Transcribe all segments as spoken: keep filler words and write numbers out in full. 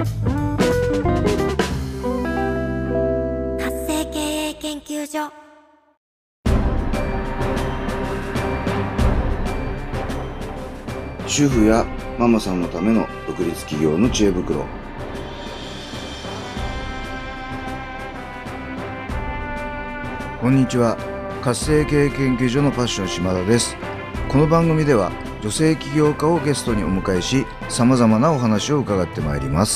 活性経営研究所。 主婦やママさんのための独立企業の知恵袋。こんにちは。活性経営研究所のパッション島田です。この番組では女性起業家をゲストにお迎えし、様々なお話を伺ってまいります。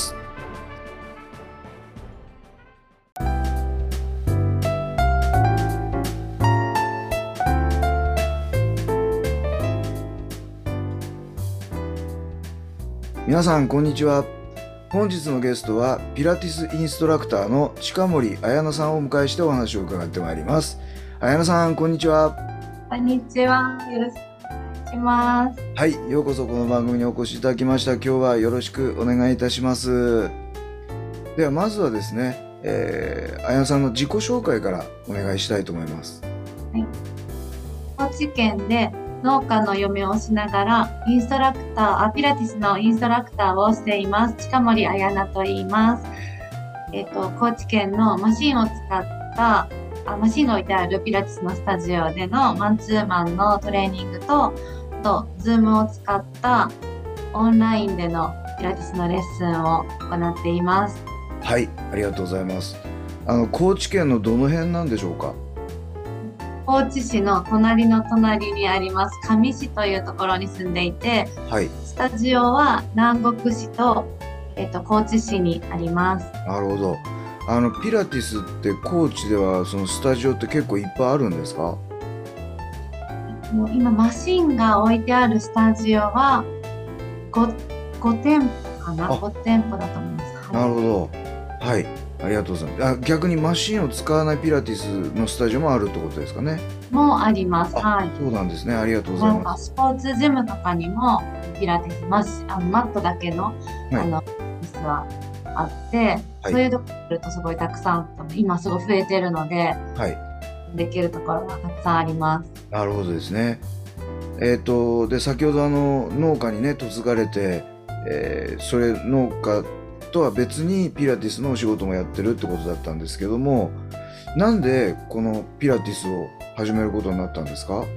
皆さんこんにちは。本日のゲストはピラティスインストラクターの近森彩菜さんをお迎えしてお話を伺ってまいります。彩菜さんこんにちは。 こんにちは。よろしくお願いします。 はい、ようこそこの番組にお越しいただきました。今日はよろしくお願いいたします。ではまずはですね、えー、彩菜さんの自己紹介からお願いしたいと思います。 はい、高知県で農家の嫁をしながらインストラクターあピラティスのインストラクターをしています近森彩菜と言います。えっと高知県のマシンを使ったあマシンが置いてあるピラティスのスタジオでのマンツーマンのトレーニングとと Zoom を使ったオンラインでのピラティスのレッスンを行っています。 はい、ありがとうございます。あの高知県のどの辺なんでしょうか？ 高知市の隣の隣にあります香美市というところに住んでいて、 はい、 スタジオは南国市と、えっと、高知市にあります。 なるほど。あのピラティスって高知ではそのスタジオって結構いっぱいあるんですか？ もう今マシンが置いてあるスタジオは 5, 5店舗かなご店舗だと思います。 なるほど。はい、ありがとうございます。あ、逆にマシンを使わないピラティスのスタジオもあるってことですかね？ もうあります。 あ、 はい。 そうなんですね。ありがとうござないんかます。 スポーツジムとかにもピラティスマシあのマットだけの、 はい、 あのピラティスはあって、はい、そういうところに来るとすごいたくさん今すごい増えてるので、はい、できるところがたくさんあります。 なるほどですね。えーと、で先ほどあの農家にね嫁がれて、えー、それ農家とは別にピラティスのお仕事もやってるってことだったんですけども、なんでこのピラティスを始めることになったんですか？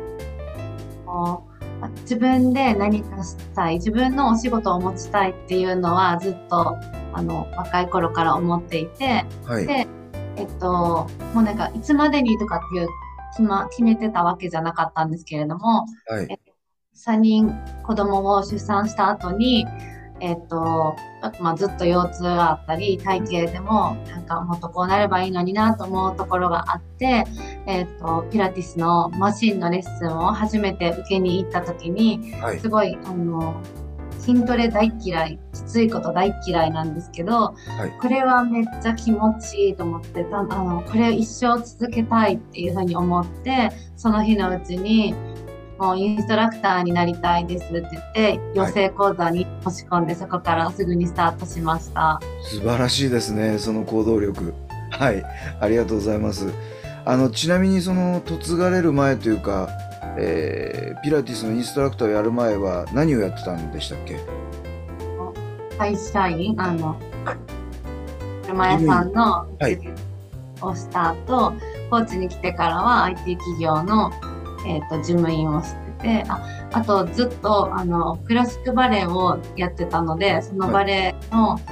自分で何かしたい、自分のお仕事を持ちたいっていうのはずっとあの若い頃から思っていて、はい、で、えっと、もうなんかいつまでにとかっていう決、ま、決めてたわけじゃなかったんですけれども、はい、えさんにん子供を出産した後にえっとまあ、ずっと腰痛があったり体型でもなんかもっとこうなればいいのになと思うところがあって、えっとピラティスのマシンのレッスンを初めて受けに行った時に、はい、すごいあの筋トレ大嫌いきついこと大嫌いなんですけど、はい、これはめっちゃ気持ちいいと思ってたあのこれを一生続けたいっていうふうに思ってその日のうちにもうインストラクターになりたいですって言って養成講座に申し込んで、はい、そこからすぐにスタートしました。 素晴らしいですね、その行動力。はい、ありがとうございます。あのちなみにその嫁がれる前というか、えー、ピラティスのインストラクターをやる前は何をやってたんでしたっけ？ 会社員あの車屋さんのをした後、高知に来てからは アイティー 企業のえー、と事務員をしてて あ, あとずっとあのクラシックバレエをやってたのでそのバレエの、はい、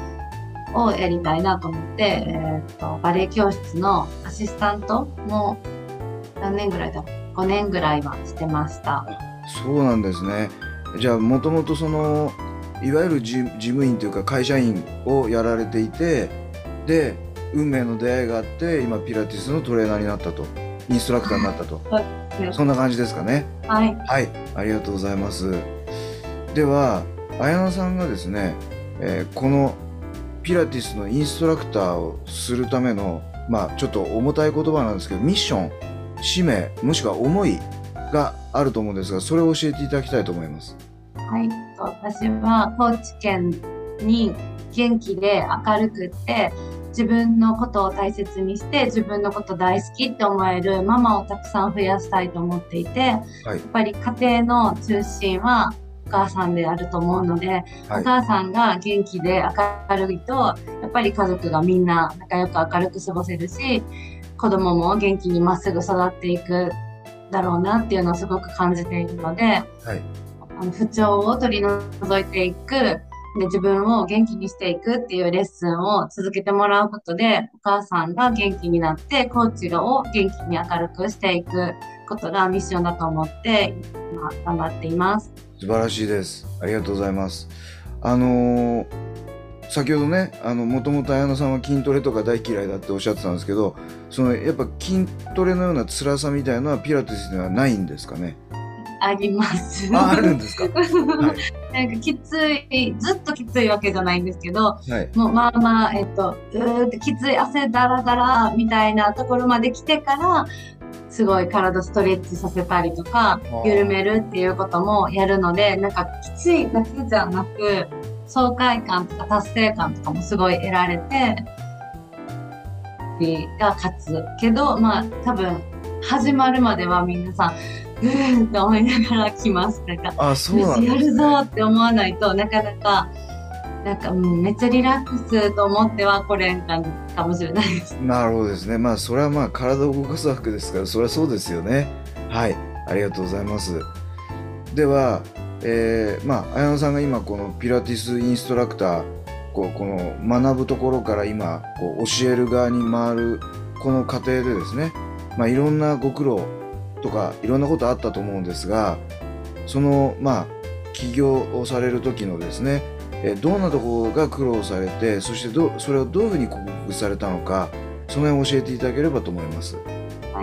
をやりたいなと思って、えー、とバレエ教室のアシスタントも何年ぐらいだろうごねんぐらいはしてました。 そうなんですね。じゃあもともとそのいわゆる事務員というか会社員をやられていてで運命の出会いがあって今ピラティスのトレーナーになったとインストラクターになったと、はい、そんな感じですかね。 はい、 はい、ありがとうございます。では彩菜さんがですね、えー、このピラティスのインストラクターをするためのまあちょっと重たい言葉なんですけどミッション使命もしくは思いがあると思うんですがそれを教えていただきたいと思います。 はい、私は高知県に元気で明るくって自分のことを大切にして自分のこと大好きって思えるママをたくさん増やしたいと思っていて、はい、やっぱり家庭の中心はお母さんであると思うので、 はい、 お母さんが元気で明るいと、やっぱり家族がみんな仲良く明るく過ごせるし、子供も元気にまっすぐ育っていくだろうなっていうのをすごく感じているので、はい、あの不調を取り除いていく、で自分を元気にしていくっていうレッスンを続けてもらうことで、お母さんが元気になってコーチを元気に明るくしていくことがミッションだと思って今頑張っています。 素晴らしいです。ありがとうございます。あのー、先ほどね、あのもともと綾乃さんは筋トレとか大嫌いだっておっしゃってたんですけど、そのやっぱ筋トレのような辛さみたいなのはピラティスではないんですかね？ あります。 あ、あるんですか？はい、 なんかきつい、ずっときついわけじゃないんですけど、 はい、 もうまあまあ、えっと、うーってきつい汗だらだらみたいなところまで来てから、すごい体ストレッチさせたりとか、緩めるっていうこともやるので、なんかきついだけじゃなく、爽快感とか達成感とかもすごい得られて、が勝つけど、まあ多分始まるまでは皆さん、うーんと思いながら来ます。なんか、 あ、そうなんですね。 やるぞって思わないとなかなか、なんか、うん、めっちゃリラックスと思ってはこれんかかもしれないです。 なるほどですね。まあそれはまあ体を動かすわけですから、それはそうですよね。はい、ありがとうございます。では、えー、まあ綾乃さんが今このピラティスインストラクター、こうこの学ぶところから今こう教える側に回るこの過程でですね、まあいろんなご苦労とかいろんなことあったと思うんですが、そのまあ起業をされる時のですね、えどんなところが苦労されて、そしてどそれをどういうふうに克服されたのか、その辺を教えていただければと思います。 はい、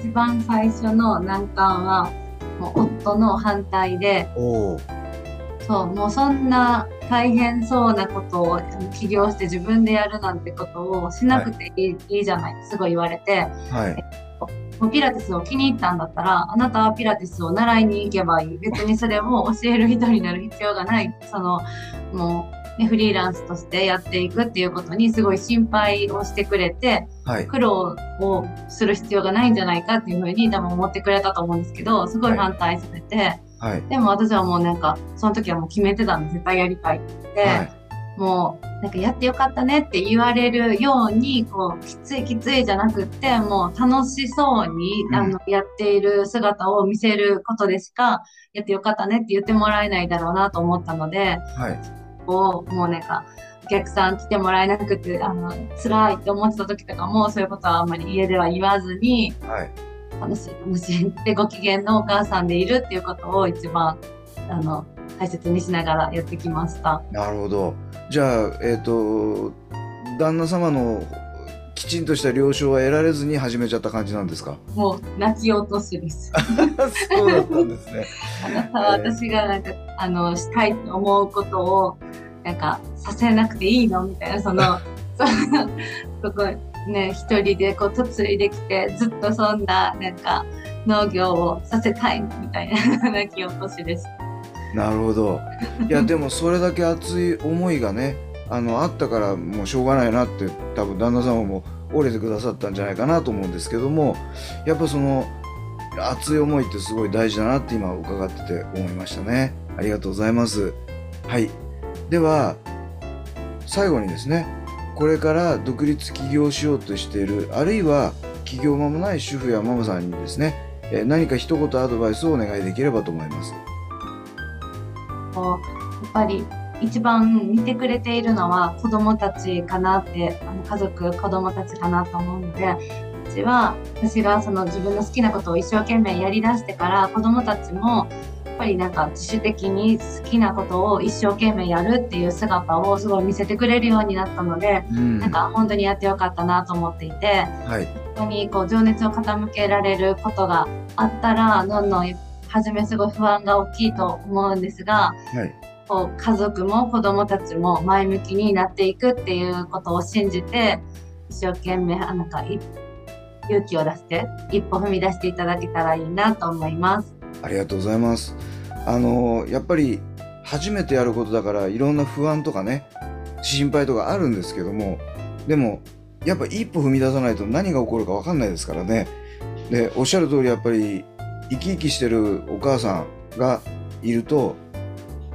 一番最初の難関はもう夫の反対で、 おそう、もうそんな大変そうなことを起業して自分でやるなんてことをしなくていい、はい、いいじゃないってすごい言われて、はい、もうピラティスを気に入ったんだったら、あなたはピラティスを習いに行けばいい。別にそれを教える人になる必要がない。その、もう、ね、フリーランスとしてやっていくっていうことにすごい心配をしてくれて、はい、苦労をする必要がないんじゃないかっていうふうに多分思ってくれたと思うんですけど、すごい反対されて、はい、でも私はもうなんか、その時はもう決めてたんで絶対やりたいって。はい、もうなんかやってよかったねって言われるように、こうきついきついじゃなくって、もう楽しそうに、うん、あのやっている姿を見せることでしかやってよかったねって言ってもらえないだろうなと思ったので、はい、こうもうなんかお客さん来てもらえなくてあの辛いって思ってた時とかもそういうことはあんまり家では言わずに、はい、楽しい楽しいでご機嫌のお母さんでいるっていうことを一番あの大切にしながらやってきました。 なるほど。じゃあ、えっと、旦那様のきちんとした了承は得られずに始めちゃった感じなんですか？ もう泣き落としです。 そうだったんですね。 あなたは私がなんか、えー、あのしたいと思うことをなんかさせなくていいのみたいな、そのそこね一人でこう嫁いできてずっとそんななんか農業をさせたいみたいな泣き落としです。 なるほど。いやでもそれだけ熱い思いがね、あのあったからもうしょうがないなって多分旦那様も折れてくださったんじゃないかなと思うんですけども、やっぱその熱い思いってすごい大事だなって今伺ってて思いましたね。ありがとうございます。はい。では最後にですね、これから独立起業しようとしている、あるいは起業間もない主婦やママさんにですね、何か一言アドバイスをお願いできればと思います。 やっぱり一番見てくれているのは子供たちかなって、あの家族子供たちかなと思うので、私は私がその自分の好きなことを一生懸命やりだしてから子供たちもやっぱりなんか自主的に好きなことを一生懸命やるっていう姿をすごい見せてくれるようになったので、うん、なんか本当にやってよかったなと思っていて、はい、本当にこう情熱を傾けられることがあったらどんどん初めすごい不安が大きいと思うんですが、はい、こう家族も子どもたちも前向きになっていくっていうことを信じて一生懸命なんか勇気を出して一歩踏み出していただけたらいいなと思います。 ありがとうございます。あのやっぱり初めてやることだからいろんな不安とかね心配とかあるんですけども、でもやっぱ一歩踏み出さないと何が起こるか分かんないですからね。でおっしゃる通りやっぱり生き生きしてるお母さんがいると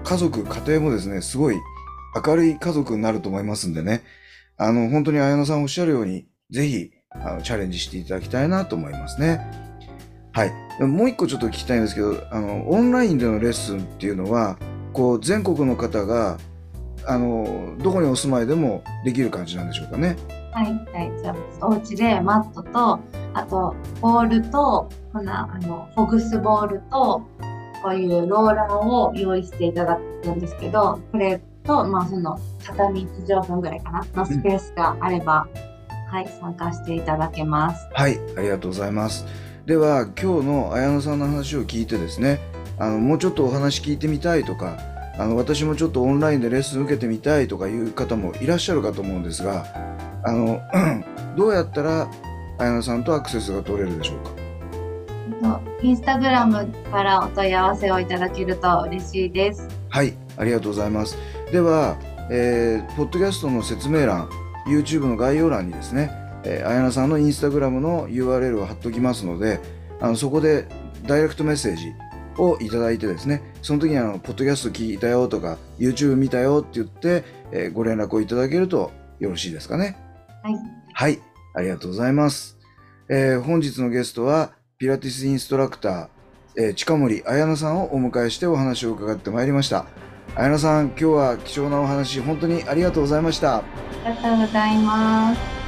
家族、家庭もですね、すごい明るい家族になると思いますんでね、あの、本当に綾菜さんおっしゃるように、ぜひ、あの、チャレンジしていただきたいなと思いますね。はい。もう一個ちょっと聞きたいんですけど、あの、オンラインでのレッスンっていうのは、こう、全国の方が、あの、どこにお住まいでもできる感じなんでしょうかね。 はい、はい、じゃあ、お家でマットと、あと、ボールと、こんな、あの、ほぐすボールと、こういうローラーを用意していただくんですけど、これと、まあ、その、畳いち畳分ぐらいかな、のスペースがあれば、うん、はい、参加していただけます。 はい、ありがとうございます。では、今日の綾菜さんの話を聞いてですね、あの、もうちょっとお話聞いてみたいとか、あの、私もちょっとオンラインでレッスン受けてみたいとかいう方もいらっしゃるかと思うんですが、あの、どうやったら綾菜さんとアクセスが取れるでしょうか？ インスタグラムからお問い合わせをいただけると嬉しいです。 はい、ありがとうございます。では、えー、ポッドキャストの説明欄、YouTube の概要欄にですね、えー、綾菜さんのインスタグラムの ユーアールエル を貼っておきますので、あのそこでダイレクトメッセージをいただいてですね、その時にあのポッドキャスト聞いたよとか YouTube 見たよって言って、えー、ご連絡をいただけるとよろしいですかね。 はい。 はい、ありがとうございます。えー、本日のゲストはピラティスインストラクター、えー、近森綾菜さんをお迎えしてお話を伺ってまいりました。綾菜さん、今日は貴重なお話本当にありがとうございました。 ありがとうございます。